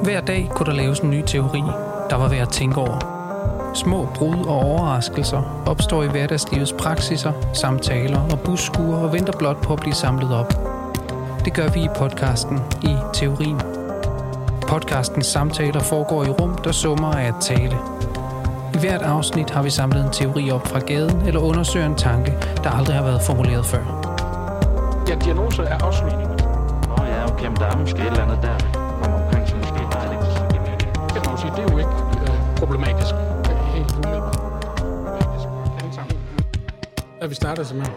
Hver dag kunne der laves en ny teori, der var værd at tænke over. Små brud og overraskelser opstår i hverdagslivets praksiser, samtaler og busskuer og venter blot på at blive samlet op. Det gør vi i podcasten I Teorien. Podcastens samtaler foregår i rum, der summer af at tale. I hvert afsnit har vi samlet en teori op fra gaden eller undersøger en tanke, der aldrig har været formuleret før. Ja, diagnose er afslutningen. Nå ja, okay, men der er måske et eller andet der, omkring som måske bare elektrisk. Det må man sige, det er jo ikke problematisk. Det er helt umiddelbart problematisk. Er vi starter simpelthen?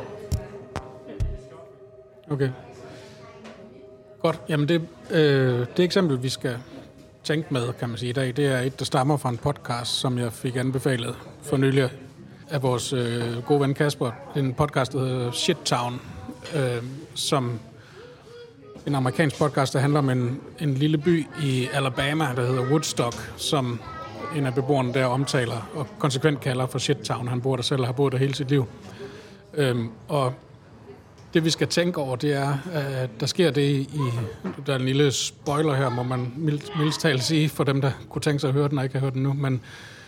Okay. Godt. Jamen det eksempel, vi skal tænke med, kan man sige i dag, det er et, der stammer fra en podcast, som jeg fik anbefalet for nylig af vores gode ven Kasper. En podcast, der hedder Shit Town, som en amerikansk podcast, der handler om en lille by i Alabama, der hedder Woodstock, som en af beboerne der omtaler og konsekvent kalder for Shit Town. Han bor der selv og har boet der hele sit liv. Og det vi skal tænke over, det er, at der sker det der er en lille spoiler her, må man mildest talt sige, for dem, der kunne tænke sig at høre den og ikke har hørt den nu, men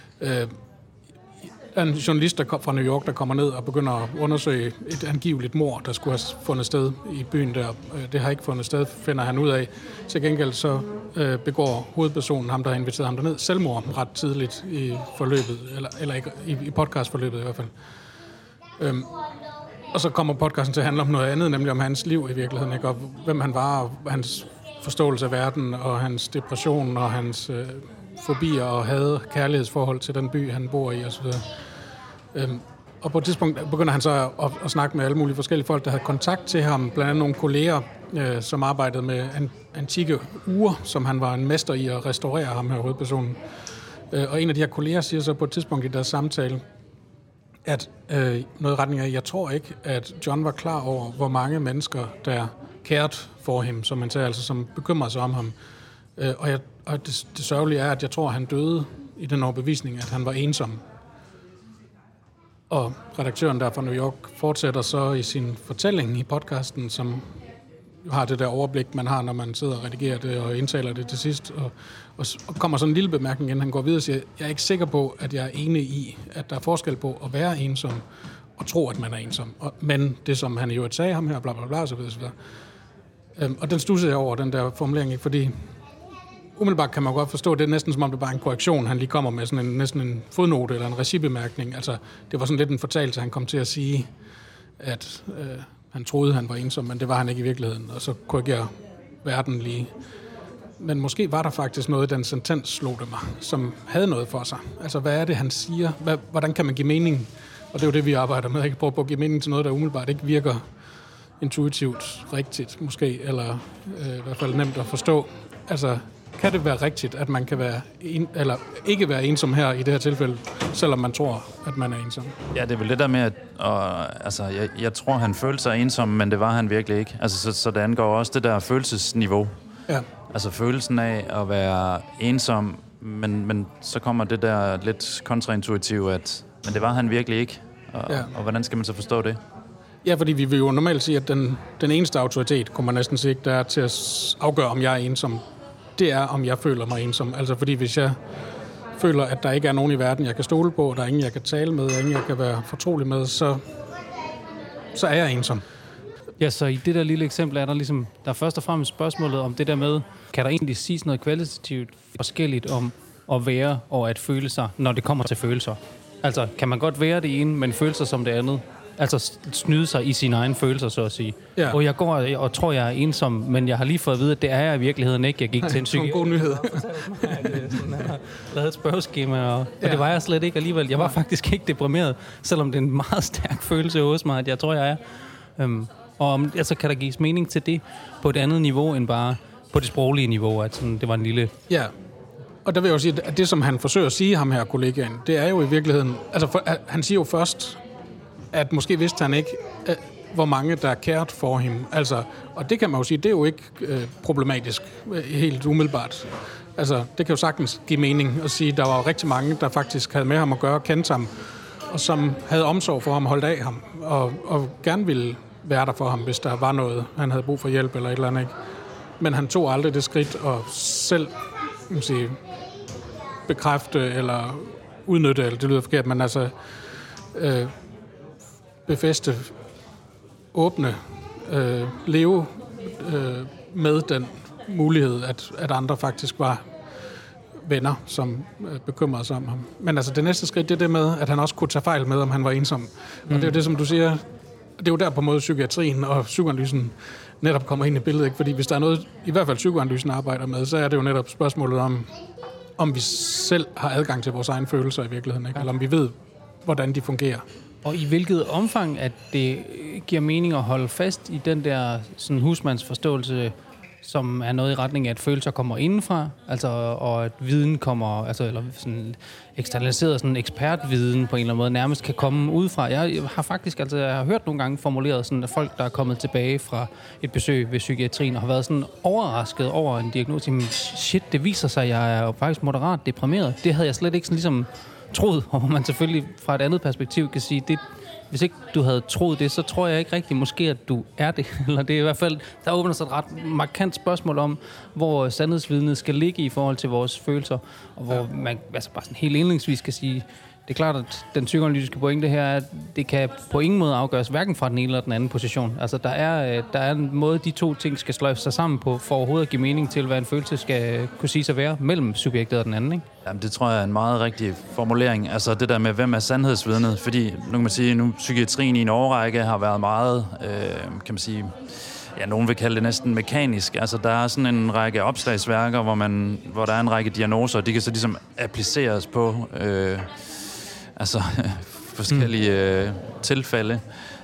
en journalist der kom fra New York, der kommer ned og begynder at undersøge et angiveligt mord, der skulle have fundet sted i byen der. Det har ikke fundet sted, finder han ud af. Til gengæld så begår hovedpersonen, ham der har inviteret ham derned, selvmord ret tidligt i forløbet, eller ikke, i podcastforløbet i hvert fald. Og så kommer podcasten til at handle om noget andet, nemlig om hans liv i virkeligheden, ikke? Og hvem han var, og hans forståelse af verden, og hans depression, og hans fobier og kærlighedsforhold til den by, han bor i, osv. Og på et tidspunkt begynder han så at snakke med alle mulige forskellige folk, der havde kontakt til ham, blandt andet nogle kolleger, som arbejdede med antikke ure, som han var en mester i at restaurere, ham her hovedpersonen. Og en af de her kolleger siger så på et tidspunkt i deres samtale, at noget i retning af, jeg tror ikke, at John var klar over, hvor mange mennesker, der kærede for ham, som man sagde, altså som bekymrede sig om ham. Og det sørgelige er, at jeg tror, at han døde i den overbevisning, at han var ensom. Og redaktøren der fra New York fortsætter så i sin fortælling i podcasten, som har det der overblik, man har, når man sidder og redigerer det og indtaler det til sidst, og kommer sådan en lille bemærkning, inden han går videre og siger, jeg er ikke sikker på, at jeg er enig i, at der er forskel på at være ensom og tro, at man er ensom. Men det, som han i øvrigt sagde ham her, bla bla bla, og så videre. Og den stussede jeg over, den der formulering, ikke? Fordi umiddelbart kan man godt forstå, det er næsten som om det bare er en korrektion, han lige kommer med, sådan næsten en fodnote eller en regibemærkning. Altså, det var sådan lidt en fortalelse, han kom til at sige, at han troede, han var ensom, men det var han ikke i virkeligheden, og så korrigerer verden lige. Men måske var der faktisk noget, den sentens slog det mig, som havde noget for sig. Altså, hvad er det, han siger? Hvordan kan man give mening? Og det er jo det, vi arbejder med, ikke? Prøve på at give mening til noget, der umiddelbart ikke virker intuitivt rigtigt, måske, eller i hvert fald nemt at forstå. Altså, kan det være rigtigt, at man kan være eller ikke være ensom her i det her tilfælde, selvom man tror, at man er ensom? Ja, det er vel det der med, at jeg tror, han følte sig ensom, men det var han virkelig ikke. Altså, så det angår også det der følelsesniveau. Ja. Altså følelsen af at være ensom, men så kommer det der lidt kontraintuitive, men det var han virkelig ikke. Og hvordan skal man så forstå det? Ja, fordi vi vil jo normalt sige, at den eneste autoritet, kunne man næsten sige, der er til at afgøre, om jeg er ensom, det er, om jeg føler mig ensom. Altså fordi hvis jeg føler, at der ikke er nogen i verden, jeg kan stole på, der er ingen, jeg kan tale med, der er ingen, jeg kan være fortrolig med, så er jeg ensom. Ja, så i det der lille eksempel er der først og fremmest spørgsmålet om det der med, kan der egentlig siges noget kvalitativt forskelligt om at være og at føle sig, når det kommer til følelser? Altså, kan man godt være det ene, men føle sig som det andet? Altså snyde sig i sine egne følelser, så at sige. Ja. Og jeg går og tror, jeg er ensom, men jeg har lige fået at vide, at det er jeg i virkeligheden ikke. Jeg gik til en psykiater. God nyhed. Jeg lavede et spørgeskema, og det var jeg slet ikke alligevel. Jeg var faktisk ikke deprimeret, selvom det er en meget stærk følelse hos mig, at jeg tror, jeg er. Og altså, kan der gives mening til det på et andet niveau, end bare på det sproglige niveau, at sådan, det var en lille... Ja, og der vil jeg jo sige, at det, som han forsøger at sige, ham her kollegaen, det er jo i virkeligheden... Altså, han siger jo først, at måske vidste han ikke, hvor mange der kæret for ham. Altså, og det kan man jo sige, det er jo ikke problematisk, helt umiddelbart. Altså, det kan jo sagtens give mening at sige, at der var rigtig mange, der faktisk havde med ham at gøre, kendte ham, og som havde omsorg for ham, holdt af ham, og gerne ville være der for ham, hvis der var noget, han havde brug for hjælp eller et eller andet, ikke? Men han tog aldrig det skridt og selv bekræfte eller udnytte, eller det lyder forkert, men altså befæste, åbne, leve med den mulighed, at andre faktisk var venner, som bekymrede sig om ham. Men altså det næste skridt, det er det med, at han også kunne tage fejl med, om han var ensom. Og det er jo det, som du siger, det er jo der på måde psykiatrien og psykoanalysen netop kommer ind i billedet, ikke? Fordi hvis der er noget, i hvert fald psykoanalysen arbejder med, så er det jo netop spørgsmålet om vi selv har adgang til vores egne følelser i virkeligheden, ikke? Eller om vi ved, hvordan de fungerer. Og i hvilket omfang, at det giver mening at holde fast i den der sådan husmandsforståelse, som er noget i retning af, at følelser kommer indenfra, altså, og at viden kommer, altså, eller sådan eksternaliseret sådan ekspertviden på en eller anden måde, nærmest kan komme udefra. Jeg har faktisk, altså, jeg har hørt nogle gange formuleret sådan, at folk, der er kommet tilbage fra et besøg ved psykiatrien, og har været sådan overrasket over en diagnose, men shit, det viser sig, at jeg er jo faktisk moderat deprimeret. Det havde jeg slet ikke sådan ligesom troet, og man selvfølgelig fra et andet perspektiv kan sige, det, hvis ikke du havde troet det, så tror jeg ikke rigtigt måske, at du er det. Eller det er i hvert fald, der åbner sig et ret markant spørgsmål om, hvor sandhedsvidnet skal ligge i forhold til vores følelser, og hvor man altså bare sådan helt indlægsvis kan sige, det er klart, at den psykoanalytiske pointe her er, at det kan på ingen måde afgøres, hverken fra den ene eller den anden position. Altså, der er en måde, de to ting skal sløjfe sig sammen på, for overhovedet at give mening til, hvad en følelse skal kunne sige sig være mellem subjektet og den anden, ikke? Jamen, det tror jeg er en meget rigtig formulering. Altså, det der med, hvem er sandhedsvidnet? Fordi, nu kan man sige, nu psykiatrien i en årrække har været meget, kan man sige, ja, nogen vil kalde det næsten mekanisk. Altså, der er sådan en række opslagsværker, hvor der er en række diagnoser, og de kan så ligesom appliceres på forskellige tilfælde,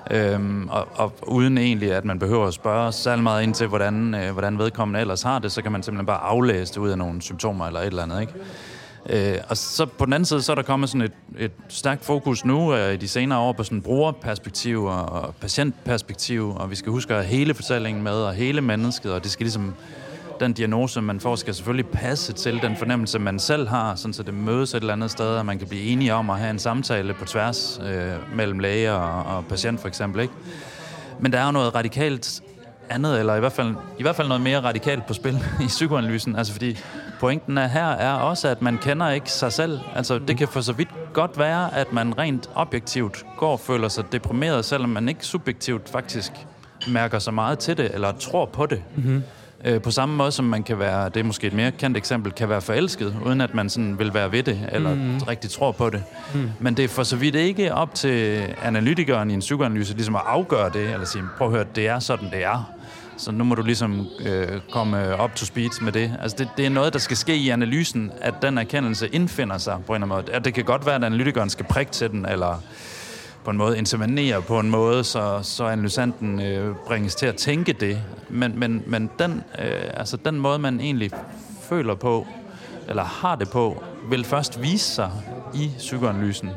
og uden egentlig, at man behøver at spørge særlig meget ind til, hvordan vedkommende ellers har det, så kan man simpelthen bare aflæse det ud af nogle symptomer eller et eller andet, ikke? Og så på den anden side, så er der kommet sådan et stærkt fokus nu i de senere år på sådan brugerperspektiv og patientperspektiv, og vi skal huske at have hele fortællingen med, og hele mennesket, og det skal ligesom, den diagnose, man får, skal selvfølgelig passe til den fornemmelse, man selv har, sådan så det mødes et eller andet sted, og man kan blive enige om at have en samtale på tværs mellem læge og patient, for eksempel, ikke? Men der er jo noget radikalt andet, eller i hvert fald noget mere radikalt på spil i psykoanalysen, altså fordi pointen her er også, at man kender ikke sig selv. Altså det kan for så vidt godt være, at man rent objektivt går og føler sig deprimeret, selvom man ikke subjektivt faktisk mærker så meget til det, eller tror på det. Mm-hmm. På samme måde som man kan være, det er måske et mere kendt eksempel, kan være forelsket, uden at man sådan vil være ved det, eller rigtig tror på det. Men det er for så vidt ikke op til analytikeren i en psykoanalyse ligesom at afgøre det, eller sige, prøv at høre, det er sådan, det er. Så nu må du ligesom komme up to speed med det. Altså det er noget, der skal ske i analysen, at den erkendelse indfinder sig på en eller anden måde. At det kan godt være, at analytikeren skal prikke til den, eller på en måde intervenere på en måde, så analysanten bringes til at tænke det. Men den måde, man egentlig føler på, eller har det på, vil først vise sig i psykoanalysen.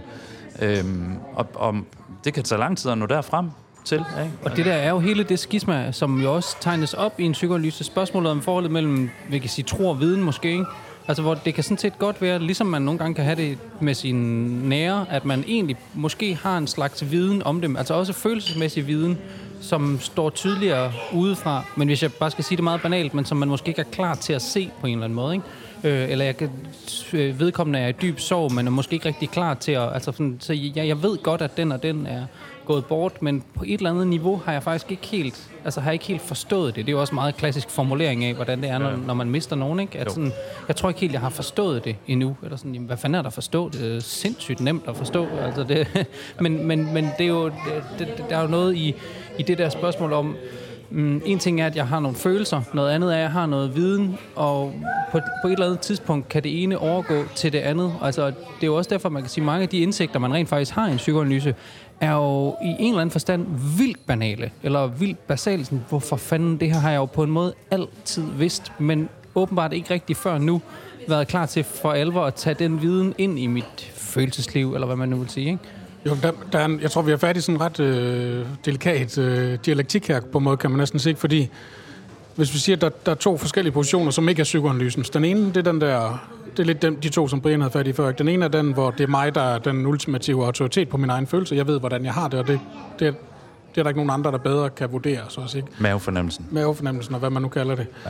Og det kan tage lang tid at nå derfrem til. Ikke? Og det der er jo hele det skisma, som jo også tegnes op i en psykoanalyse. Spørgsmålet om forholdet mellem, vi kan sige, tro og viden måske, ikke? Altså, hvor det kan sådan set godt være, ligesom man nogle gange kan have det med sine nære, at man egentlig måske har en slags viden om dem, altså også følelsesmæssig viden, som står tydeligere udefra, men hvis jeg bare skal sige det meget banalt, men som man måske ikke er klar til at se på en eller anden måde, ikke? Eller vedkommende er i dyb sorg, men er måske ikke rigtig klar til at, altså sådan, så jeg ved godt, at den og den er gået bort, men på et eller andet niveau har jeg faktisk ikke helt, forstået det. Det er jo også en meget klassisk formulering af, hvordan det er, når man mister nogen, ikke? At sådan, jeg tror ikke helt, jeg har forstået det endnu. Eller sådan, jamen, hvad fanden er der at forstå? Det er sindssygt nemt at forstå. Altså det, men det er jo, der er jo noget i det der spørgsmål om, en ting er, at jeg har nogle følelser, noget andet er, at jeg har noget viden, og på et eller andet tidspunkt kan det ene overgå til det andet. Altså, det er jo også derfor, man kan sige, at mange af de indsigter, man rent faktisk har i en psykoanalyse, er jo i en eller anden forstand vildt banale, eller vildt basale. Hvorfor fanden, det her har jeg jo på en måde altid vidst, men åbenbart ikke rigtig før nu været klar til for alvor at tage den viden ind i mit følelsesliv, eller hvad man nu vil sige, ikke? Jo, jeg tror, vi er færdige i sådan en ret delikat dialektik her, på en måde kan man næsten sige, fordi hvis vi siger, at der er to forskellige positioner, som ikke er psykoanalysens. Den ene, det er den der, det er lidt de to, som Brian havde fat i før. Den ene er den, hvor det er mig, der er den ultimative autoritet på min egen følelse. Jeg ved, hvordan jeg har det, og det er der ikke nogen andre, der bedre kan vurdere, så at sige. Mavefornemmelsen, og hvad man nu kalder det.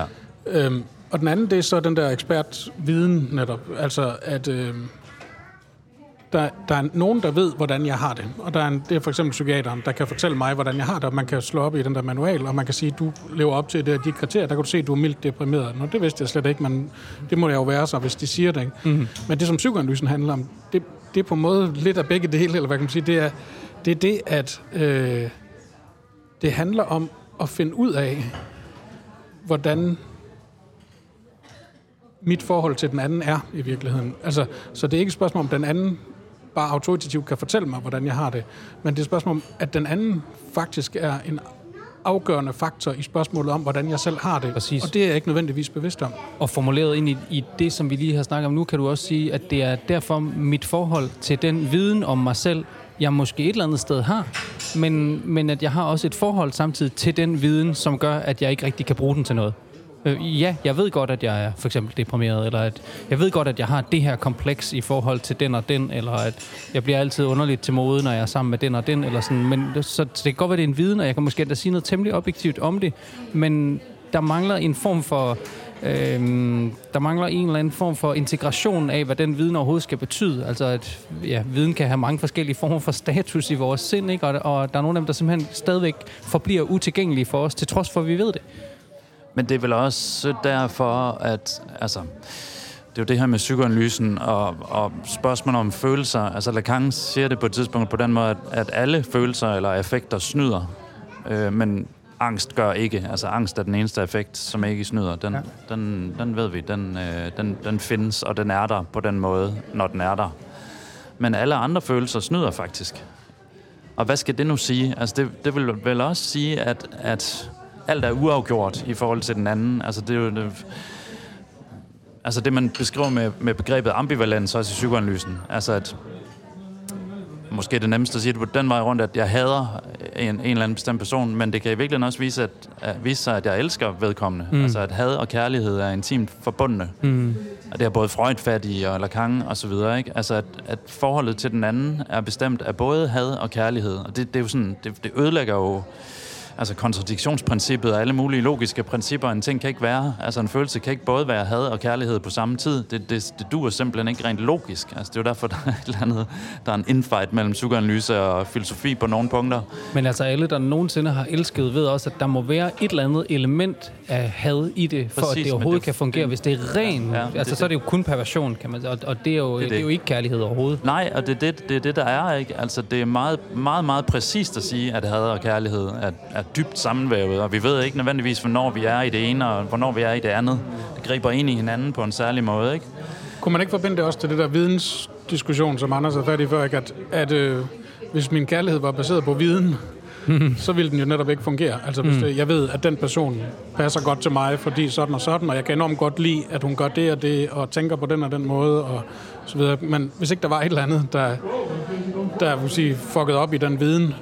Og den anden, det er så den der ekspertviden netop. Altså, at der er nogen, der ved, hvordan jeg har det. Og det er for eksempel psykiateren, der kan fortælle mig, hvordan jeg har det. Og man kan slå op i den der manual, og man kan sige, du lever op til de kriterier. Der kan du se, at du er mildt deprimeret. Nå, det vidste jeg slet ikke, men det må det jo være så, hvis de siger det. Mm-hmm. Men det, som psykoanalysen handler om, det er på en måde lidt af begge dele, eller hvad kan man sige, det er det, at det handler om at finde ud af, hvordan mit forhold til den anden er i virkeligheden. Altså, så det er ikke et spørgsmål om, den anden bare autoritativt kan fortælle mig, hvordan jeg har det, men det er et spørgsmål om, at den anden faktisk er en afgørende faktor i spørgsmålet om, hvordan jeg selv har det. Præcis. Og det er jeg ikke nødvendigvis bevidst om. Og formuleret ind i det, som vi lige har snakket om nu, kan du også sige, at det er derfor mit forhold til den viden om mig selv, jeg måske et eller andet sted har, men at jeg har også et forhold samtidig til den viden, som gør, at jeg ikke rigtig kan bruge den til noget. Ja, jeg ved godt, at jeg er for eksempel deprimeret, eller at jeg ved godt, at jeg har det her kompleks i forhold til den og den, eller at jeg bliver altid underligt til mode, når jeg er sammen med den og den, eller sådan. Men så det kan godt være, det er en viden, og jeg kan måske da sige noget temmelig objektivt om det, men der mangler en form for der mangler en eller anden form for integration af, hvad den viden overhovedet skal betyde. Altså, at viden kan have mange forskellige former for status i vores sind, ikke? Og der er nogle af dem, der simpelthen stadigvæk forbliver utilgængelige for os, til trods for, at vi ved det. Men det er vel også derfor, at altså, det er jo det her med psykoanalysen og spørgsmål om følelser. Altså Lacan siger det på et tidspunkt på den måde, at alle følelser eller affekter snyder, men angst gør ikke. Altså angst er den eneste affekt, som ikke snyder. Den ved vi, den findes, og den er der på den måde, når den er der. Men alle andre følelser snyder faktisk. Og hvad skal det nu sige? Altså det vil vel også sige, at alt er uafgjort i forhold til den anden. Altså det er jo det man beskriver med begrebet ambivalens også i psykoanalysen. Altså at måske det nemmeste at sige det på den vej rundt, at jeg hader en eller anden bestemt person, men det kan i virkeligheden også vise sig, at jeg elsker vedkommende. Altså at had og kærlighed er intimt forbundne. Og det er både Freud fat i og Lacan og så videre, ikke? Altså at forholdet til den anden er bestemt af både had og kærlighed. Og det er jo sådan, det ødelægger jo altså kontradiktionsprincippet og alle mulige logiske principper. En ting kan ikke være, altså en følelse kan ikke både være had og kærlighed på samme tid. Det duer simpelthen ikke rent logisk. Altså det er jo derfor, der er et eller andet, der er en infight mellem psykoanalyse og filosofi på nogle punkter. Men altså alle, der nogensinde har elsket, ved også, at der må være et eller andet element af had i det, for præcis, at det overhovedet kan fungere. Hvis det er ren, så er det jo kun perversion, kan man sige. Og det er jo, det er jo ikke kærlighed overhovedet. Nej, og det er det, der er, ikke? Altså det er meget, meget, meget præcist at sige, at had og kærlighed er dybt sammenvævet, og vi ved ikke nødvendigvis, hvornår vi er i det ene, og hvornår vi er i det andet. Det griber ind i hinanden på en særlig måde, ikke? Kunne man ikke forbinde det også til det der vidensdiskussion, som Anders havde fat i før, ikke? At hvis min kærlighed var baseret på viden, så ville den jo netop ikke fungere. Altså hvis jeg ved, at den person passer godt til mig, fordi sådan og sådan, og jeg kan enormt godt lide, at hun gør det og det, og tænker på den og den måde, og så videre. Men hvis ikke der var et eller andet, der vil sige, fuckede op i den viden,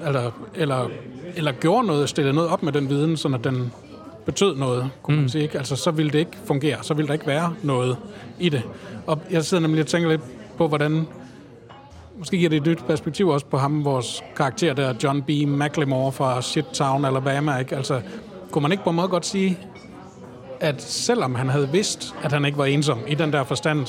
eller gjorde noget, stillede noget op med den viden, så at den betød noget, kunne man sige, ikke? Altså, så ville det ikke fungere, så ville der ikke være noget i det. Og jeg sidder nemlig og tænker lidt på, hvordan, måske giver det et nyt perspektiv også på ham, vores karakter der, John B. McLemore fra Shittown, Alabama, ikke? Altså, kunne man ikke på en måde godt sige, at selvom han havde vidst, at han ikke var ensom, i den der forstand,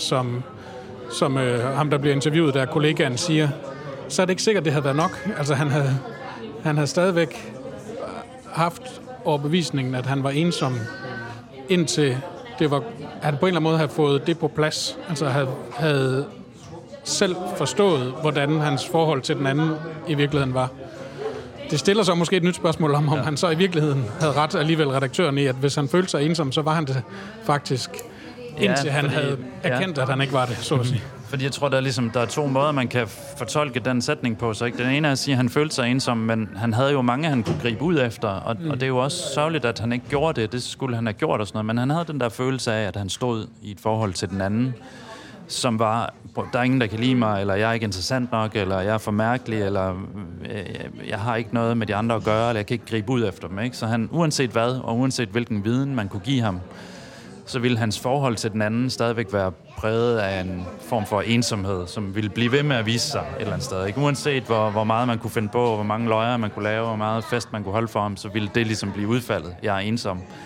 som ham, der bliver interviewet, der kollegaen siger, så er det ikke sikkert, det havde været nok. Altså, han havde stadigvæk haft overbevisningen, at han var ensom, indtil det var, han på en eller anden måde havde fået det på plads. Altså havde selv forstået, hvordan hans forhold til den anden i virkeligheden var. Det stiller så måske et nyt spørgsmål om han så i virkeligheden havde ret alligevel redaktøren i, at hvis han følte sig ensom, så var han det faktisk, indtil han havde erkendt, at han ikke var det, så at sige. Fordi jeg tror, der er to måder, man kan fortolke den sætning på. Så ikke? Den ene er at sige, at han følte sig ensom, men han havde jo mange, han kunne gribe ud efter. Og det er jo også sørgeligt, at han ikke gjorde det. Det skulle han have gjort og sådan noget. Men han havde den der følelse af, at han stod i et forhold til den anden, som var, der er ingen, der kan lide mig, eller jeg er ikke interessant nok, eller jeg er for mærkelig, eller jeg har ikke noget med de andre at gøre, eller jeg kan ikke gribe ud efter dem. Ikke? Så han, uanset hvad, og uanset hvilken viden man kunne give ham, så ville hans forhold til den anden stadigvæk være præget af en form for ensomhed, som ville blive ved med at vise sig et eller andet sted. Ikke? Uanset hvor meget man kunne finde på, hvor mange løjer man kunne lave, hvor meget fest man kunne holde for ham, så ville det ligesom blive udfaldet. Jeg er ensom.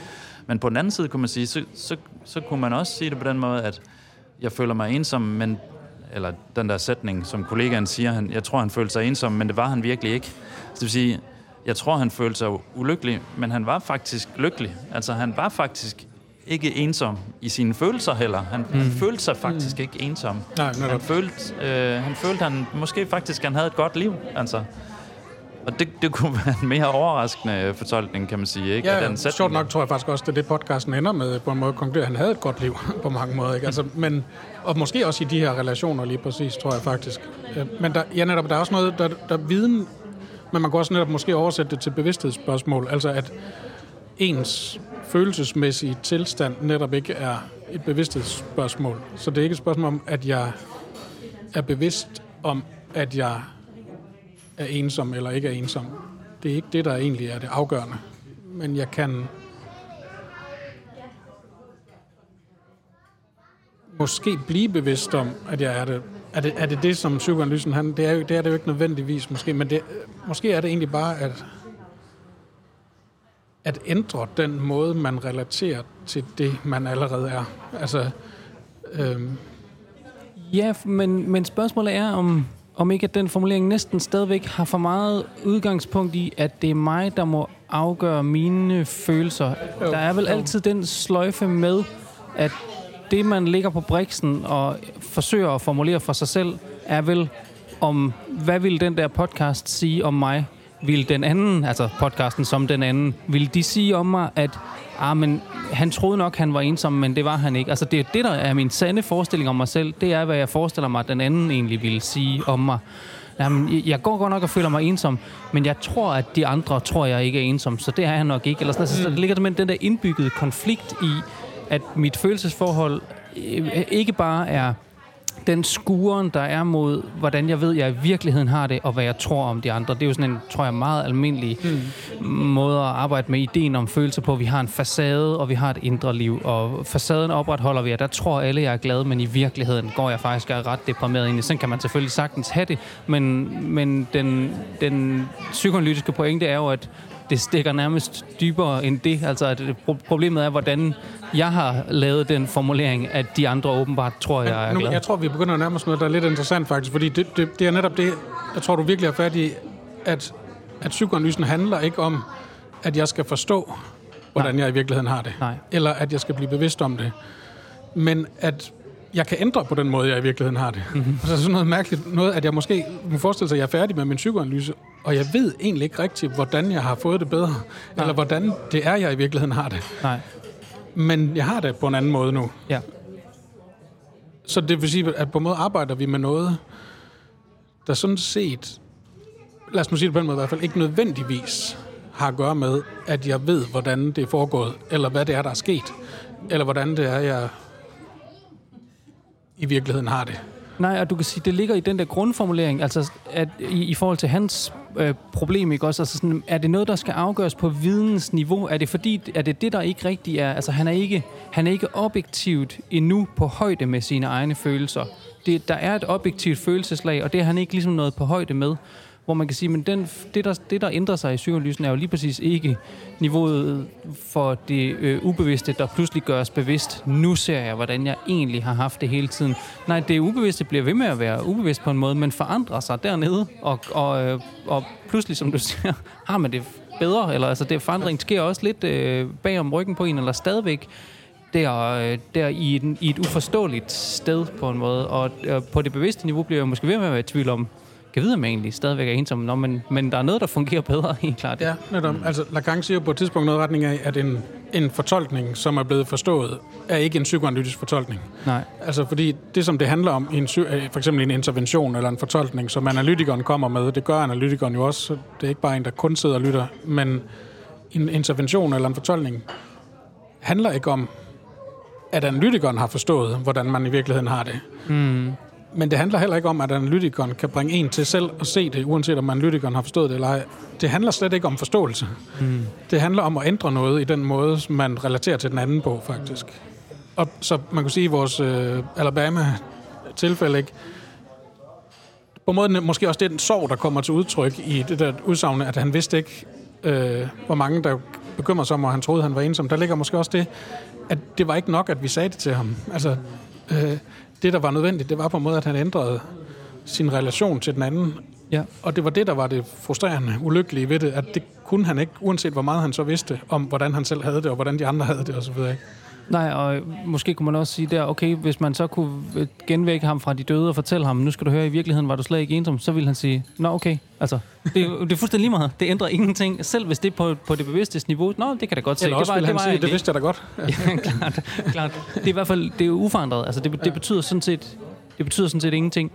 Men på den anden side kunne man sige, så kunne man også sige det på den måde, at jeg føler mig ensom, men eller den der sætning, som kollegaen siger, jeg tror, han følte sig ensom, men det var han virkelig ikke. Så det vil sige, jeg tror, han følte sig ulykkelig, men han var faktisk lykkelig. Altså, han var faktisk ikke ensom i sine følelser heller. Han følte sig faktisk ikke ensom. Nej, han følte, han måske faktisk, han havde et godt liv, altså. Og det kunne være en mere overraskende fortolkning, kan man sige, ikke? Ja, sjovt nok tror jeg faktisk også, det podcasten ender med, på en måde konkludere, han havde et godt liv på mange måder, ikke? Altså, men, og måske også i de her relationer lige præcis, tror jeg faktisk. Men der er også noget, der viden, men man kan også netop måske oversætte det til bevidsthedsspørgsmål, altså at ens følelsesmæssige tilstand netop ikke er et bevidsthedsspørgsmål. Så det er ikke et spørgsmål om, at jeg er bevidst om, at jeg er ensom eller ikke er ensom. Det er ikke det, der egentlig er det afgørende. Men jeg kan måske blive bevidst om, at jeg er det. Er det som psykoanalysen, det er det jo ikke nødvendigvis måske, men måske er det egentlig bare at ændre den måde, man relaterer til det, man allerede er. Altså, Ja, men spørgsmålet er, om ikke at den formulering næsten stadigvæk har for meget udgangspunkt i, at det er mig, der må afgøre mine følelser. Der er vel altid den sløjfe med, at det, man ligger på briksen og forsøger at formulere for sig selv, er vel om, hvad vil den der podcast sige om mig? Vil den anden, altså podcasten som den anden, vil de sige om mig, at men han troede nok, han var ensom, men det var han ikke. Altså det er det, der er min sande forestilling om mig selv. Det er, hvad jeg forestiller mig, at den anden egentlig ville sige om mig. Jamen, jeg går godt nok og føler mig ensom, men jeg tror, at de andre tror, jeg ikke er ensom, så det er jeg nok ikke. Eller sådan, så der ligger den der indbyggede konflikt i, at mit følelsesforhold ikke bare er den skuren, der er mod, hvordan jeg ved, jeg i virkeligheden har det, og hvad jeg tror om de andre. Det er jo sådan en, tror jeg, meget almindelig måde at arbejde med ideen om følelser på. Vi har en facade, og vi har et indre liv, og facaden opretholder vi, og der tror alle, jeg er glad, men i virkeligheden går jeg faktisk er ret deprimeret ind i. Sådan kan man selvfølgelig sagtens have det, men den psykoanalytiske pointe er jo, at det stikker nærmest dybere end det. Altså, at problemet er, hvordan jeg har lavet den formulering, at de andre åbenbart tror, jeg er glad. Jeg tror, vi begynder at nærme os noget, der er lidt interessant faktisk, fordi det er netop det, jeg tror, du virkelig er fat i, at psykoanalysen handler ikke om, at jeg skal forstå, hvordan jeg i virkeligheden har det. Nej. Eller at jeg skal blive bevidst om det. Men at jeg kan ændre på den måde, jeg i virkeligheden har det. Mm-hmm. Altså sådan noget mærkeligt, noget, at jeg måske må forestille sig, at jeg er færdig med min psykoanalyse, og jeg ved egentlig ikke rigtigt, hvordan jeg har fået det bedre, eller hvordan det er, jeg i virkeligheden har det. Nej. Men jeg har det på en anden måde nu. Ja. Så det vil sige, at på en måde arbejder vi med noget, der sådan set, lad os nu sige det på en måde i hvert fald, ikke nødvendigvis har at gøre med, at jeg ved, hvordan det er foregået, eller hvad det er, der er sket, eller hvordan det er, jeg i virkeligheden har det. Nej, og du kan sige, det ligger i den der grundformulering, altså at i forhold til hans problem, ikke også? Altså sådan, er det noget, der skal afgøres på vidensniveau? Er det der ikke rigtig er? Altså han er ikke objektivt endnu på højde med sine egne følelser. Der er et objektivt følelseslag, og det er han ikke ligesom noget på højde med. Hvor man kan sige, men det der ændrer sig i psykoanalysen, er jo lige præcis ikke niveauet for det ubevidste, der pludselig gøres bevidst. Nu ser jeg, hvordan jeg egentlig har haft det hele tiden. Nej, det ubevidste bliver ved med at være ubevidst på en måde, men forandrer sig dernede, og pludselig, som du siger, har man det bedre, eller altså det forandring sker også lidt bag om ryggen på en, eller stadigvæk der i et uforståeligt sted på en måde, og på det bevidste niveau bliver jeg måske ved med at være i tvivl om, jeg ved, om jeg egentlig stadigvæk er ensom, men der er noget, der fungerer bedre, helt klart. Ja, netop. Altså, Lacan siger på et tidspunkt noget retning af, at en fortolkning, som er blevet forstået, er ikke en psykoanalytisk fortolkning. Nej. Altså, fordi det, som det handler om, for eksempel en intervention eller en fortolkning, som analytikeren kommer med, det gør analytikeren jo også. Det er ikke bare en, der kun sidder og lytter, men en intervention eller en fortolkning handler ikke om, at analytikeren har forstået, hvordan man i virkeligheden har det. Mm. Men det handler heller ikke om, at analytikeren kan bringe en til selv og se det, uanset om analytikeren har forstået det eller ej. Det handler slet ikke om forståelse. Mm. Det handler om at ændre noget i den måde, man relaterer til den anden på, faktisk. Og så man kan sige, i vores Alabama-tilfælde, ikke? På en måde måske også den sorg, der kommer til udtryk i det der udsagn, at han vidste ikke, hvor mange der bekymret sig om, og han troede, han var ensom. Der ligger måske også det, at det var ikke nok, at vi sagde det til ham. Altså, det, der var nødvendigt, det var på en måde, at han ændrede sin relation til den anden. Ja. Og det var det, der var det frustrerende, ulykkelige ved det, at det kunne han ikke, uanset hvor meget han så vidste om, hvordan han selv havde det, og hvordan de andre havde det, osv. Nej, og måske kunne man også sige der, okay, hvis man så kunne genvække ham fra de døde og fortælle ham, nu skal du høre, i virkeligheden var du slet ikke ensom, så ville han sige, nå okay, altså, det er fuldstændig lige meget, det ændrer ingenting, selv hvis det er på det bevidste niveau, nå, det kan da godt se. Eller også ville han sige, det vidste jeg da godt. Ja, klart. Det er i hvert fald, det er jo uforandret, altså det betyder sådan set ingenting.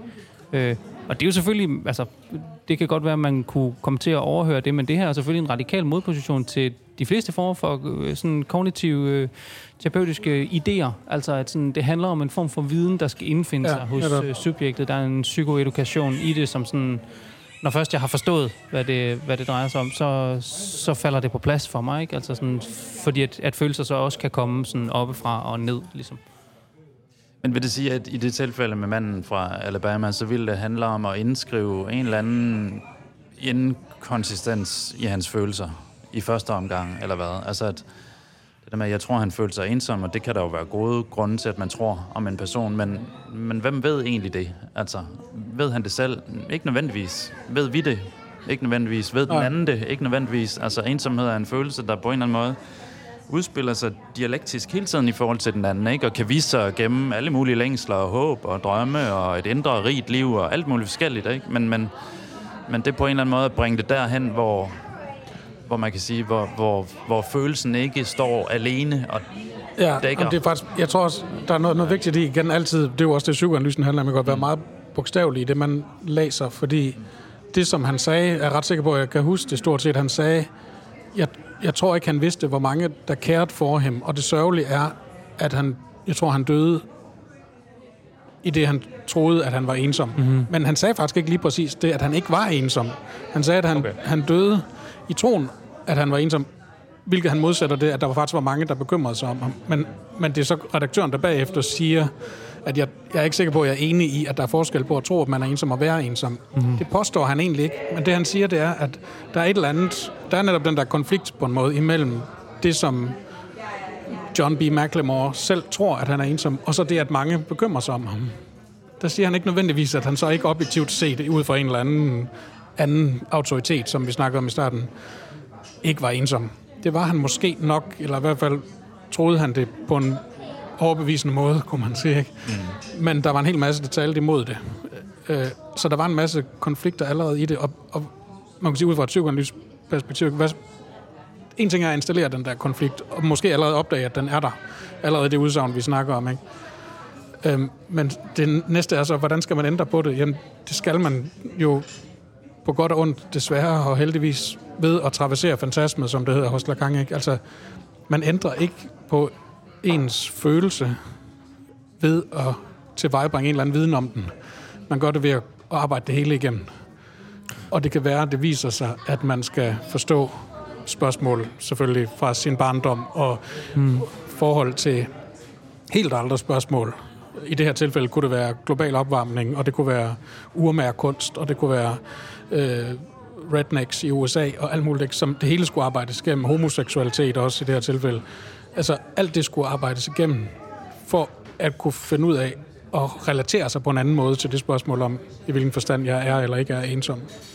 Og det er jo selvfølgelig, altså, det kan godt være, at man kunne komme til at overhøre det, men det her er selvfølgelig en radikal modposition til de fleste former for sådan kognitive, terapeutiske idéer. Altså, at sådan, det handler om en form for viden, der skal indfinde sig hos subjektet. Der er en psykoedukation i det, som sådan, når først jeg har forstået, hvad det drejer sig om, så falder det på plads for mig, ikke? Altså sådan, fordi at følelser så også kan komme sådan oppefra og ned, ligesom. Men vil det sige, at i det tilfælde med manden fra Alabama, så ville det handle om at indskrive en eller anden inkonsistens i hans følelser i første omgang, eller hvad? Altså, at det der med, at jeg tror, han føler sig ensom, og det kan der jo være gode grunde til, at man tror om en person, men hvem ved egentlig det? Altså, ved han det selv? Ikke nødvendigvis. Ved vi det? Ikke nødvendigvis. Ved den anden det? Ikke nødvendigvis. Altså, ensomhed er en følelse, der på en eller anden måde udspiller sig dialektisk hele tiden i forhold til den anden, ikke? Og kan vise sig gennem alle mulige længsler og håb og drømme og et indre rigt liv og alt muligt forskelligt, ikke? Men det på en eller anden måde at bringe det derhen, hvor man kan sige, hvor følelsen ikke står alene og dækker. Det er faktisk, jeg tror også, der er noget vigtigt i igen altid, det er jo også det, psykoanalysen handler om, at man kan være meget bogstavelig i det, man læser, fordi det, som han sagde, er ret sikker på, at jeg kan huske det stort set, han sagde, jeg tror ikke, han vidste, hvor mange der kærede for ham, og det sørgelige er, at jeg tror, han døde i det, han troede, at han var ensom. Mm-hmm. Men han sagde faktisk ikke lige præcis det, at han ikke var ensom. Han sagde, at han døde i troen, at han var ensom, hvilket han modsætter det, at der faktisk var mange, der bekymrede sig om ham. Men det er så redaktøren, der bagefter siger, at jeg er ikke sikker på, at jeg er enig i, at der er forskel på at tro, at man er ensom og være ensom. Mm-hmm. Det påstår han egentlig ikke, men det han siger, det er, at der er et eller andet, der er netop den der konflikt på en måde imellem det, som John B. McLemore selv tror, at han er ensom, og så det, at mange bekymrer sig om ham. Der siger han ikke nødvendigvis, at han så ikke objektivt set ud fra en eller anden autoritet, som vi snakkede om i starten, ikke var ensom. Det var han måske nok, eller i hvert fald troede han det på en overbevisende måde, kunne man sige, ikke? Mm. Men der var en hel masse, der talte imod det. Så der var en masse konflikter allerede i det, og man kan sige ud fra et psykoanalytisk perspektiv, en ting er at installere den der konflikt, og måske allerede opdage, at den er der. Allerede det udsagn, vi snakker om, ikke? Men det næste er så, hvordan skal man ændre på det? Jamen, det skal man jo på godt og ondt, desværre, og heldigvis ved at traversere fantasmet, som det hedder hos Lacan, ikke? Altså, man ændrer ikke på ens følelse ved at tilvejebringe en eller anden viden om den. Man gør det ved at arbejde det hele igennem. Og det kan være, at det viser sig, at man skal forstå spørgsmål, selvfølgelig fra sin barndom, og forhold til helt andre spørgsmål. I det her tilfælde kunne det være global opvarmning, og det kunne være urmagerkunst, og det kunne være rednecks i USA, og alt muligt, som det hele skulle arbejdes igennem. Homoseksualitet også i det her tilfælde. Altså, alt det skulle arbejdes igennem, for at kunne finde ud af at relatere sig på en anden måde til det spørgsmål om, i hvilken forstand jeg er eller ikke er ensom.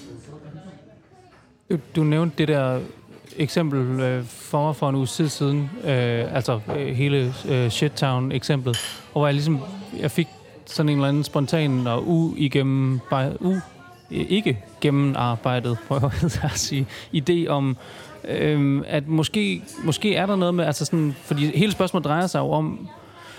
Du nævnte det der eksempel for en uge siden, altså hele Shittown-eksemplet, hvor jeg fik sådan en eller anden spontan og ikke gennemarbejdet, prøver jeg at sige, idé om, at måske er der noget med, altså sådan, fordi hele spørgsmålet drejer sig jo om,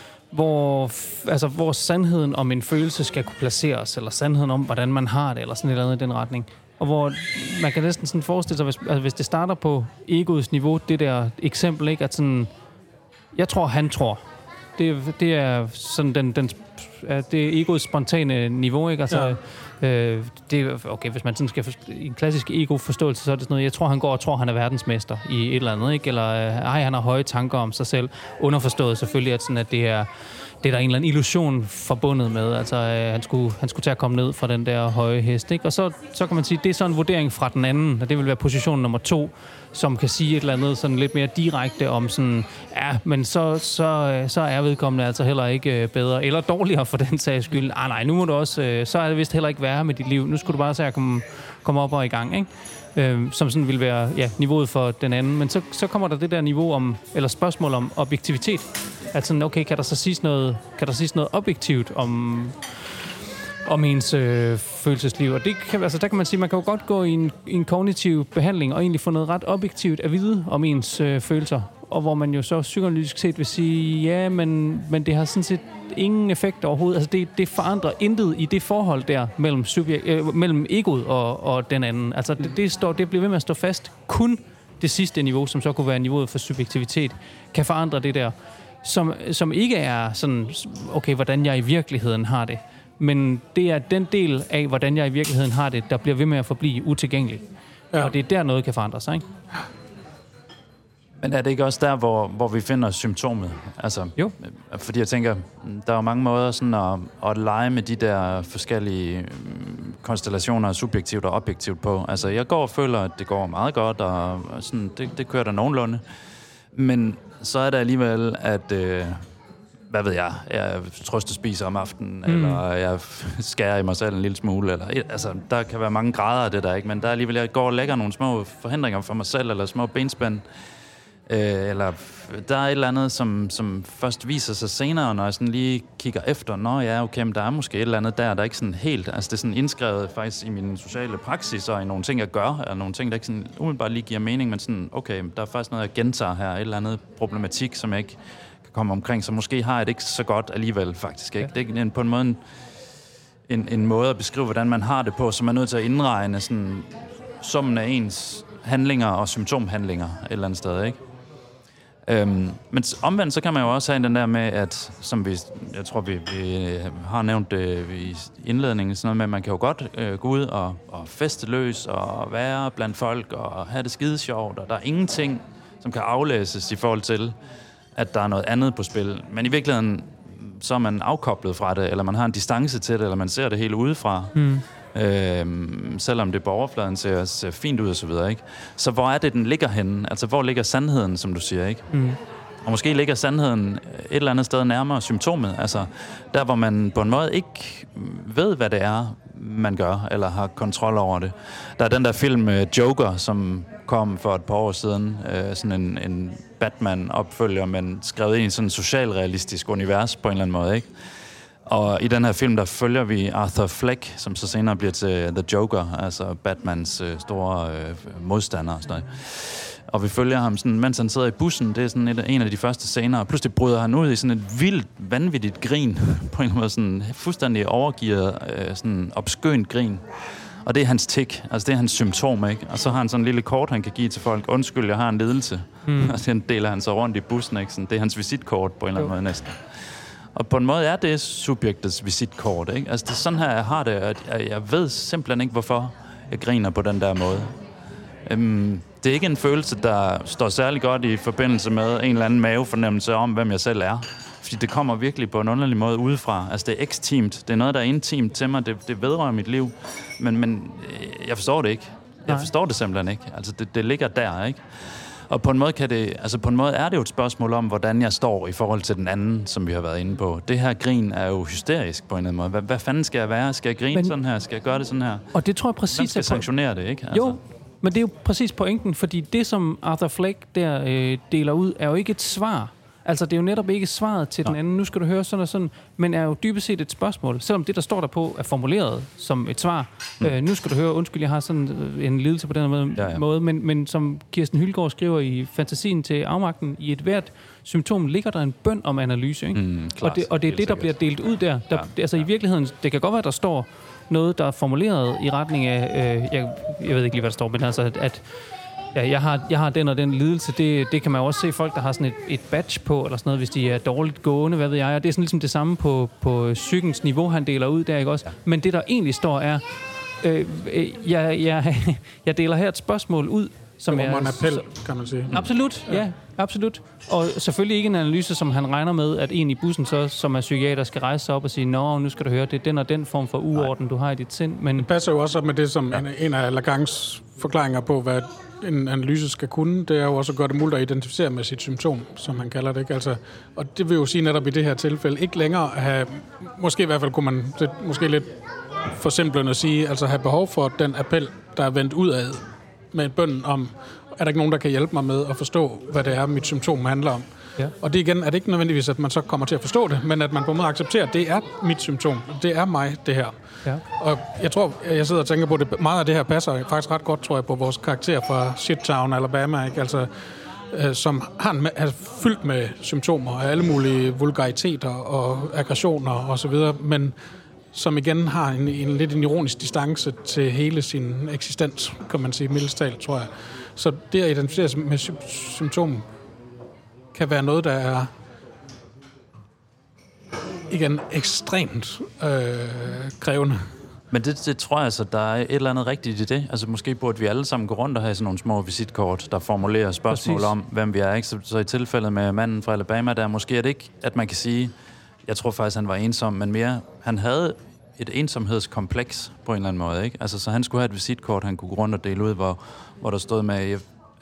hvor sandheden om en følelse skal kunne placeres, eller sandheden om, hvordan man har det, eller sådan et eller andet i den retning. Og hvor man kan næsten sådan forestille sig, hvis det starter på egoets niveau, det der eksempel, ikke, at sådan, jeg tror, han tror. Det er sådan det er egoets spontane niveau, ikke? Altså, det okay, hvis man sådan skal i en klassisk ego-forståelse, så er det sådan noget, jeg tror, han går og tror, han er verdensmester i et eller andet, ikke? Eller han har høje tanker om sig selv. Underforstået selvfølgelig, at sådan, at det er der en eller anden illusion forbundet med. Altså, han skulle til at komme ned fra den der høje hest, ikke? Og så kan man sige, det er så en vurdering fra den anden, og det vil være position nummer 2, som kan sige et eller andet sådan lidt mere direkte om sådan, ja, men så er vedkommende altså heller ikke bedre, eller dårligere for den sags skyld. Nej, nu må du også, så er det vist heller ikke værre med dit liv. Nu skulle du bare se at komme op og i gang, ikke? Som sådan vil være niveauet for den anden. Men så kommer der det der niveau om, eller spørgsmål om objektivitet. At sådan, okay, kan der siges noget objektivt om ens følelsesliv. Og det kan, altså, der kan man sige, man kan jo godt gå i en kognitiv behandling og egentlig få noget ret objektivt at vide om ens følelser. Og hvor man jo så psykoanalytisk set vil sige, ja, men det har sådan set ingen effekt overhovedet. Altså det forandrer intet i det forhold der mellem egoet og den anden. Altså det bliver ved med at stå fast. Kun det sidste niveau, som så kunne være niveauet for subjektivitet, kan forandre det der, som ikke er sådan, okay, hvordan jeg i virkeligheden har det. Men det er den del af, hvordan jeg i virkeligheden har det, der bliver ved med at forblive utilgængelig. Ja. Og det er der noget kan forandre sig, ikke? Men er det ikke også der, hvor vi finder symptomet? Altså, jo. Fordi jeg tænker, der er jo mange måder sådan at lege med de der forskellige konstellationer, subjektivt og objektivt på. Altså, jeg går og føler, at det går meget godt, og sådan, det kører der nogenlunde. Men så er der alligevel, at hvad ved jeg trøstespiser om aftenen, eller jeg skærer i mig selv en lille smule, eller altså, der kan være mange grader af det der, ikke? Men der er alligevel, jeg går og lægger nogle små forhindringer for mig selv, eller små benspænd, eller der er et eller andet, som først viser sig senere, når jeg sådan lige kigger efter, okay, men der er måske et eller andet der er ikke sådan helt, altså det er sådan indskrevet faktisk i min sociale praksis, og i nogle ting, jeg gør, og nogle ting, der ikke sådan umiddelbart lige giver mening, men sådan, okay, der er faktisk noget, jeg gentager her, et eller andet problematik, som jeg ikke komme omkring, så måske har jeg det ikke så godt alligevel, faktisk. Ikke? Ja. Det er på en måde en måde at beskrive, hvordan man har det på, så man er nødt til at indregne sådan, summen af ens handlinger og symptomhandlinger et eller andet sted, ikke? Men omvendt, så kan man jo også have den der med, at, som jeg tror, vi har nævnt i indledningen, sådan noget med, at man kan jo godt gå ud og feste løs og være blandt folk og have det skide sjovt, og der er ingenting, som kan aflæses i forhold til, at der er noget andet på spil. Men i virkeligheden, så er man afkoblet fra det, eller man har en distance til det, eller man ser det hele udefra. Selvom det på overfladen ser fint ud og så videre, ikke? Så hvor er det, den ligger henne? Altså, hvor ligger sandheden, som du siger, ikke? Og måske ligger sandheden et eller andet sted nærmere symptomet. Altså, der hvor man på en måde ikke ved, hvad det er, man gør, eller har kontrol over det. Der er den der film Joker, som kom for et par år siden. Sådan en Batman-opfølger, men skrevet ind i sådan en socialrealistisk univers på en eller anden måde, ikke? Og i den her film, der følger vi Arthur Fleck, som så senere bliver til The Joker, altså Batmans store modstander og sådan noget. Og vi følger ham sådan, mens han sidder i bussen. Det er sådan en af de første scener. Og pludselig bryder han ud i sådan et vildt, vanvittigt grin. På en eller anden måde sådan fuldstændig overgivet, sådan obskønt grin. Og det er hans tik. Altså det er hans symptom, ikke? Og så har han sådan en lille kort, han kan give til folk. Undskyld, jeg har en lidelse. Og den deler han så rundt i bussen, ikke? Sådan, det er hans visitkort på en eller anden måde næsten. Og på en måde er det subjektets visitkort, ikke? Altså det er sådan her, jeg har det. At jeg ved simpelthen ikke, hvorfor jeg griner på den der måde. Det er ikke en følelse, der står særlig godt i forbindelse med en eller anden mavefornemmelse om, hvem jeg selv er. Fordi det kommer virkelig på en underlig måde udefra. Altså, det er ekstimt. Det er noget, der er intimt til mig. Det vedrører mit liv. Men jeg forstår det ikke. Jeg forstår det simpelthen ikke. Altså, det ligger der, ikke? Og på en måde er det jo et spørgsmål om, hvordan jeg står i forhold til den anden, som vi har været inde på. Det her grin er jo hysterisk på en eller anden måde. Hvad fanden skal jeg være? Skal jeg grine sådan her? Skal jeg gøre det sådan her? Og det tror jeg præcis... Hvem skal sanktionere det, ikke? Altså. Jo, men det er jo præcis pointen, fordi det, som Arthur Fleck der deler ud, er jo ikke et svar. Altså, det er jo netop ikke svaret til den anden. Nu skal du høre sådan og sådan, men er jo dybest set et spørgsmål. Selvom det, der står der på, er formuleret som et svar. Nu skal du høre, undskyld, jeg har sådan en lidelse på den her måde, men som Kirsten Hylgaard skriver i Fantasien til afmagten, i et hvert symptom ligger der en bøn om analyse, ikke? Og det er det, der bliver delt ud der. Altså, i virkeligheden, det kan godt være, der står noget, der er formuleret i retning af, jeg ved ikke lige, hvad der står, men altså, at jeg har den og den lidelse. Det kan man jo også se folk, der har sådan et badge på, eller sådan noget, hvis de er dårligt gående, hvad ved jeg. Og det er sådan ligesom det samme på psykens niveau, han deler ud der, ikke også? Ja. Men det, der egentlig står, er, jeg deler her et spørgsmål ud, som er... en appel, kan man sige. Absolut, ja, absolut. Og selvfølgelig ikke en analyse, som han regner med, at en i bussen, så, som er psykiater, skal rejse sig op og sige, nå, nu skal du høre, det er den og den form for uorden, du har i dit sind. Men det passer jo også op med det, som en af Lacans forklaringer på, hvad en analyse skal kunne, det er jo også at gøre det muligt at identificere med sit symptom, som man kalder det, ikke? Altså, og det vil jo sige netop i det her tilfælde, ikke længere have, måske i hvert fald kunne man, det måske lidt forsimplende at sige, altså have behov for den appel, der er vendt udad med bønnen om, er der ikke nogen, der kan hjælpe mig med at forstå, hvad det er, mit symptom handler om. Ja. Og det igen er det ikke nødvendigvis, at man så kommer til at forstå det, men at man på en måde accepterer, at det er mit symptom. Det er mig, det her. Ja. Og jeg tror, jeg sidder og tænker på, at meget af det her passer faktisk ret godt, tror jeg, på vores karakter fra Shittown, Alabama, ikke? Altså, som er fyldt med symptomer af alle mulige vulgariteter og aggressioner og så videre, men som igen har en lidt en ironisk distance til hele sin eksistens, kan man sige, mildest talt, tror jeg. Så det at identificere sig med symptom kan være noget, der er igen ekstremt krævende. Men det tror jeg så, der er et eller andet rigtigt i det. Altså måske burde vi alle sammen gå rundt og have sådan nogle små visitkort, der formulerer spørgsmål om, hvem vi er. Ikke? Så i tilfældet med manden fra Alabama, der måske er det ikke, at man kan sige, jeg tror faktisk, han var ensom, men mere, han havde et ensomhedskompleks på en eller anden måde. Ikke? Altså, så han skulle have et visitkort, han kunne gå rundt og dele ud, hvor der stod med,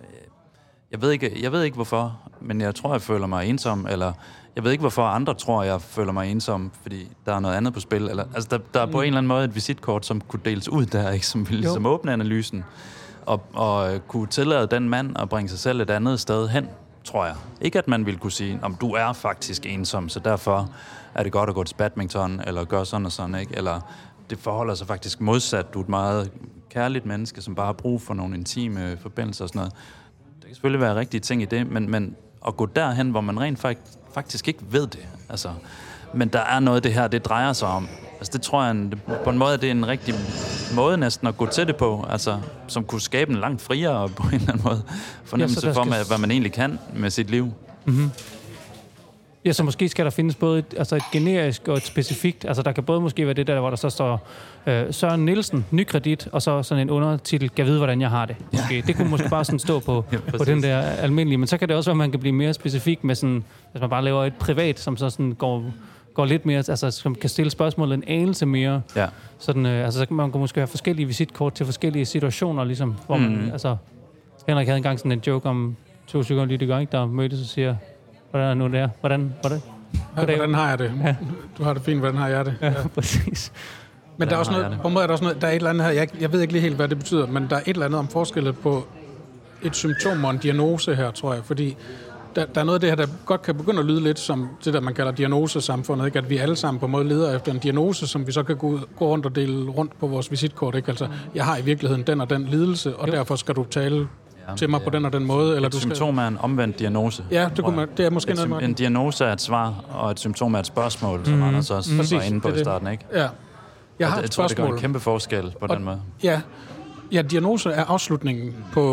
jeg ved ikke hvorfor, men jeg tror, jeg føler mig ensom, eller jeg ved ikke, hvorfor andre tror, jeg føler mig ensom, fordi der er noget andet på spil. Eller, altså, der er på en eller anden måde et visitkort, som kunne deles ud der, ikke? Som ville ligesom åbne analysen, og kunne tillade den mand at bringe sig selv et andet sted hen, tror jeg. Ikke, at man ville kunne sige, om du er faktisk ensom, så derfor er det godt at gå til badminton, eller gøre sådan og sådan, ikke? Eller det forholder sig faktisk modsat. Du er et meget kærligt menneske, som bare har brug for nogle intime forbindelser og sådan noget. Det kan selvfølgelig være rigtige ting i det, men at gå derhen, hvor man rent faktisk ikke ved det. Altså, men der er noget, det her, det drejer sig om. Altså, det tror jeg, på en måde, det er en rigtig måde næsten at gå til det på, altså, som kunne skabe en langt friere på en eller anden måde fornemmelse for, hvad man egentlig kan med sit liv. Mm-hmm. Ja, så måske skal der findes både et generisk og et specifikt. Altså, der kan både måske være det der, hvor der så står Søren Nielsen, nykredit, og så sådan en undertitel, kan vide, hvordan jeg har det. Måske. Det kunne måske bare sådan stå på, på den der almindelige. Men så kan det også være, at man kan blive mere specifik med sådan, hvis man bare laver et privat, som så sådan går lidt mere, altså som kan stille spørgsmålet en anelse mere. Ja. Sådan, altså, så kan man måske have forskellige visitkort til forskellige situationer, ligesom, hvor man, altså, Henrik havde engang sådan en joke om 2 psykoanalytikere, ikke, der mødtes og siger, hvordan er nu det er? Hvordan har jeg det? Ja. Du har det fint, hvordan har jeg det? Ja, præcis. Men der er også noget, på en måde er der også noget, der er et eller andet her, jeg ved ikke lige helt, hvad det betyder, men der er et eller andet om forskellen på et symptom og en diagnose her, tror jeg, fordi der er noget af det her, der godt kan begynde at lyde lidt som det, der man kalder diagnosesamfundet, ikke? At vi alle sammen på en måde leder efter en diagnose, som vi så kan gå rundt og dele rundt på vores visitkort, ikke? Altså, jeg har i virkeligheden den og den lidelse, og derfor skal du tale til mig på den og den måde. Eller et symptom er en omvendt diagnose. Ja, det er måske noget. En diagnose er et svar, og et symptom er et spørgsmål, som Anders også var inde på i starten, ikke? Ja. Jeg tror, det gør en kæmpe forskel på den måde. Ja, diagnose er afslutningen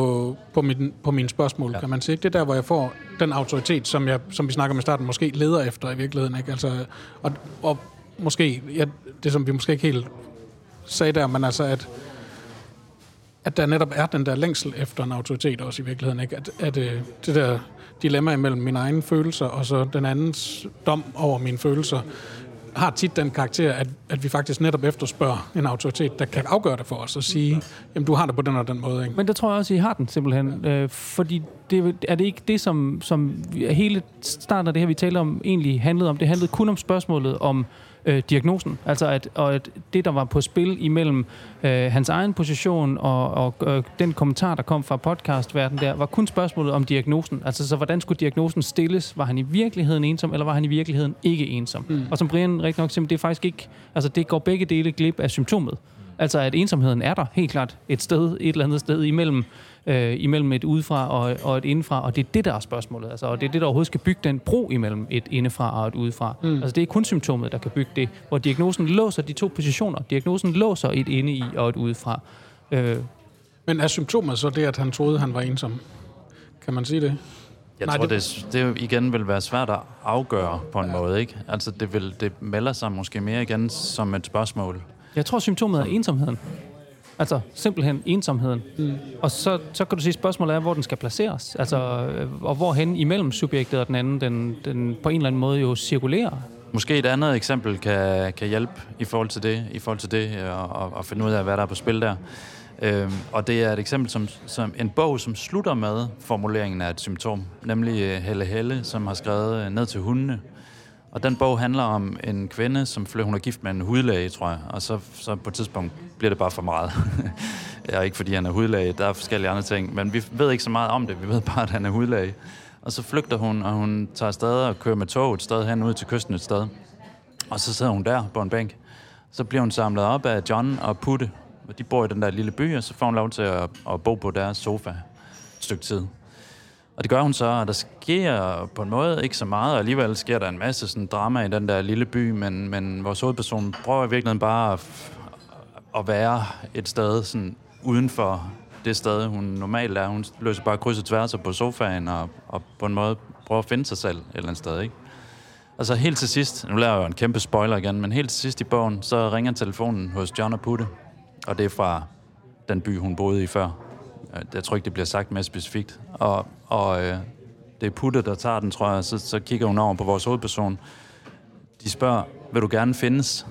på mine spørgsmål, kan man sige. Det er der, hvor jeg får den autoritet, som vi snakker om i starten, måske leder efter i virkeligheden, ikke? Altså, og måske, det som vi måske ikke helt sagde der, men altså, at der netop er den der længsel efter en autoritet også i virkeligheden, ikke? At det der dilemma imellem mine egne følelser og så den andens dom over mine følelser, har tit den karakter, at vi faktisk netop efterspørger en autoritet, der kan afgøre det for os og sige, jamen du har det på den og den måde. Ikke? Men der tror jeg også, I har den simpelthen. Fordi er det ikke det, som hele starten af det her, vi taler om, egentlig handlede om? Det handlede kun om spørgsmålet om diagnosen. Altså at det, der var på spil imellem hans egen position og den kommentar, der kom fra podcastverdenen der, var kun spørgsmålet om diagnosen. Altså så hvordan skulle diagnosen stilles? Var han i virkeligheden ensom, eller var han i virkeligheden ikke ensom? Og som Brian rigtig nok siger, det er faktisk ikke, altså det går begge dele glip af symptomet. Altså at ensomheden er der helt klart et eller andet sted imellem et udefra og et indefra, og det er det, der er spørgsmålet. Altså, og det er det, der overhovedet skal bygge den bro imellem et indefra og et udefra. Altså det er kun symptomet, der kan bygge det, hvor diagnosen låser de to positioner. Diagnosen låser et inde i og et udefra. Men er symptomet så det, at han troede, han var ensom? Kan man sige det? Jeg tror, det igen vil være svært at afgøre på en måde, ikke? Altså det melder sig måske mere igen som et spørgsmål. Jeg tror, symptomet er ensomheden. Altså simpelthen ensomheden. Og så kan du sige, spørgsmålet er, hvor den skal placeres. Altså, og hvorhen imellem subjektet og den anden, den på en eller anden måde jo cirkulerer. Måske et andet eksempel kan hjælpe i forhold til det og finde ud af, hvad der er på spil der. Og det er et eksempel som en bog, som slutter med formuleringen af et symptom, nemlig Helle Helle, som har skrevet Ned til hundene. Og den bog handler om en kvinde, som hun er gift med en hudlæge, tror jeg, og så på et tidspunkt bliver det bare for meget. Og ikke fordi han er hudlæge, der er forskellige andre ting, men vi ved ikke så meget om det, vi ved bare, at han er hudlæge. Og så flygter hun, og hun tager afsted og kører med tog et sted hen ud til kysten et sted. Og så sidder hun der på en bænk. Så bliver hun samlet op af John og Putte, og de bor i den der lille by, og så får hun lov til at bo på deres sofa et stykke tid. Og det gør hun så, og der sker på en måde ikke så meget, og alligevel sker der en masse sådan drama i den der lille by, men vores hovedperson prøver i virkeligheden bare at være et sted sådan uden for det sted, hun normalt er. Hun løser bare kryds og tværs på sofaen, og på en måde prøver at finde sig selv et eller andet sted, ikke? Og så helt til sidst, nu laver jeg jo en kæmpe spoiler igen, men helt til sidst i bogen, så ringer telefonen hos John og Putte, og det er fra den by, hun boede i før. Jeg tror ikke, det bliver sagt mere specifikt. Og det er Putte, der tager den, tror jeg. Så kigger hun over på vores hovedperson. De spørger, vil du gerne findes?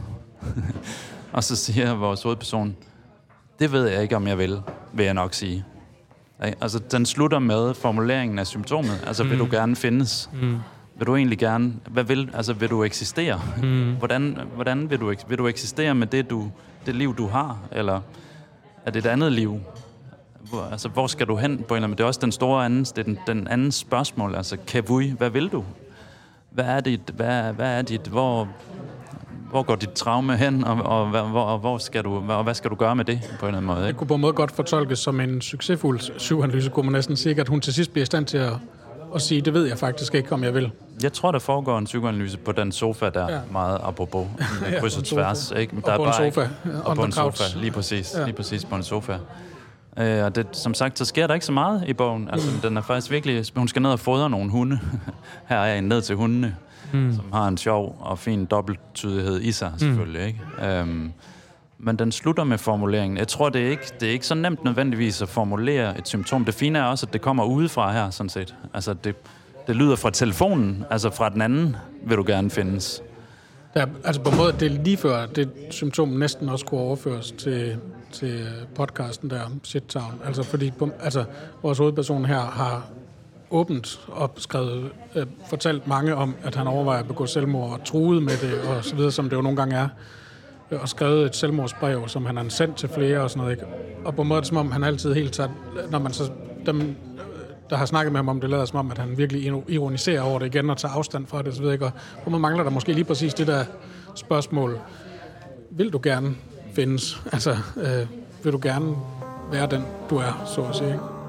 Og så siger vores hovedperson, det ved jeg ikke, om jeg vil jeg nok sige. Altså, den slutter med formuleringen af symptomet. Altså, vil du gerne findes? Vil du egentlig gerne... vil du eksistere? Hvordan vil du eksistere med det liv, du har? Eller er det et andet liv? Hvor skal du hen på en eller anden? Det er også den store anden, det er den anden spørgsmål. Altså, kavui, hvad vil du? Hvad er dit, hvor går dit traume hen, og hvad skal du gøre med det på en eller anden måde? Ikke? Det kunne på en måde godt fortolkes som en succesfuld psykoanalyse, kunne man næsten sige, at hun til sidst bliver i stand til at sige, det ved jeg faktisk ikke, om jeg vil. Jeg tror, der foregår en psykoanalyse på den sofa der, meget apropos, med kryds og tværs. Ikke? Der på en sofa. Og på en sofa, lige præcis på en sofa. Og det, som sagt, så sker der ikke så meget i bogen. Altså, den er faktisk virkelig... Hun skal ned og fodre nogle hunde. Her er en ned til hundene, som har en sjov og fin dobbelttydighed i sig, selvfølgelig. Ikke? Men den slutter med formuleringen. Jeg tror, det er ikke så nemt nødvendigvis at formulere et symptom. Det fine er også, at det kommer udefra her, sådan set. Altså, det lyder fra telefonen, altså fra den anden, vil du gerne findes. Ja, altså på en måde, det er lige før, det symptom næsten også kunne overføres til podcasten der, Shit Town. Altså fordi vores hovedperson her har åbent opskrevet, fortalt mange om, at han overvejer at begå selvmord og truet med det og så videre, som det jo nogle gange er. Og skrevet et selvmordsbrev, som han har sendt til flere og sådan noget, ikke? Og på en måde, som om han altid helt tager, når man så dem, der har snakket med ham om det, lader som om, at han virkelig ironiserer over det igen og tager afstand fra det, så ved jeg ikke. Og på en måde mangler der måske lige præcis det der spørgsmål. Vil du gerne findes? Altså, vil du gerne være den, du er, så at sige, ikke?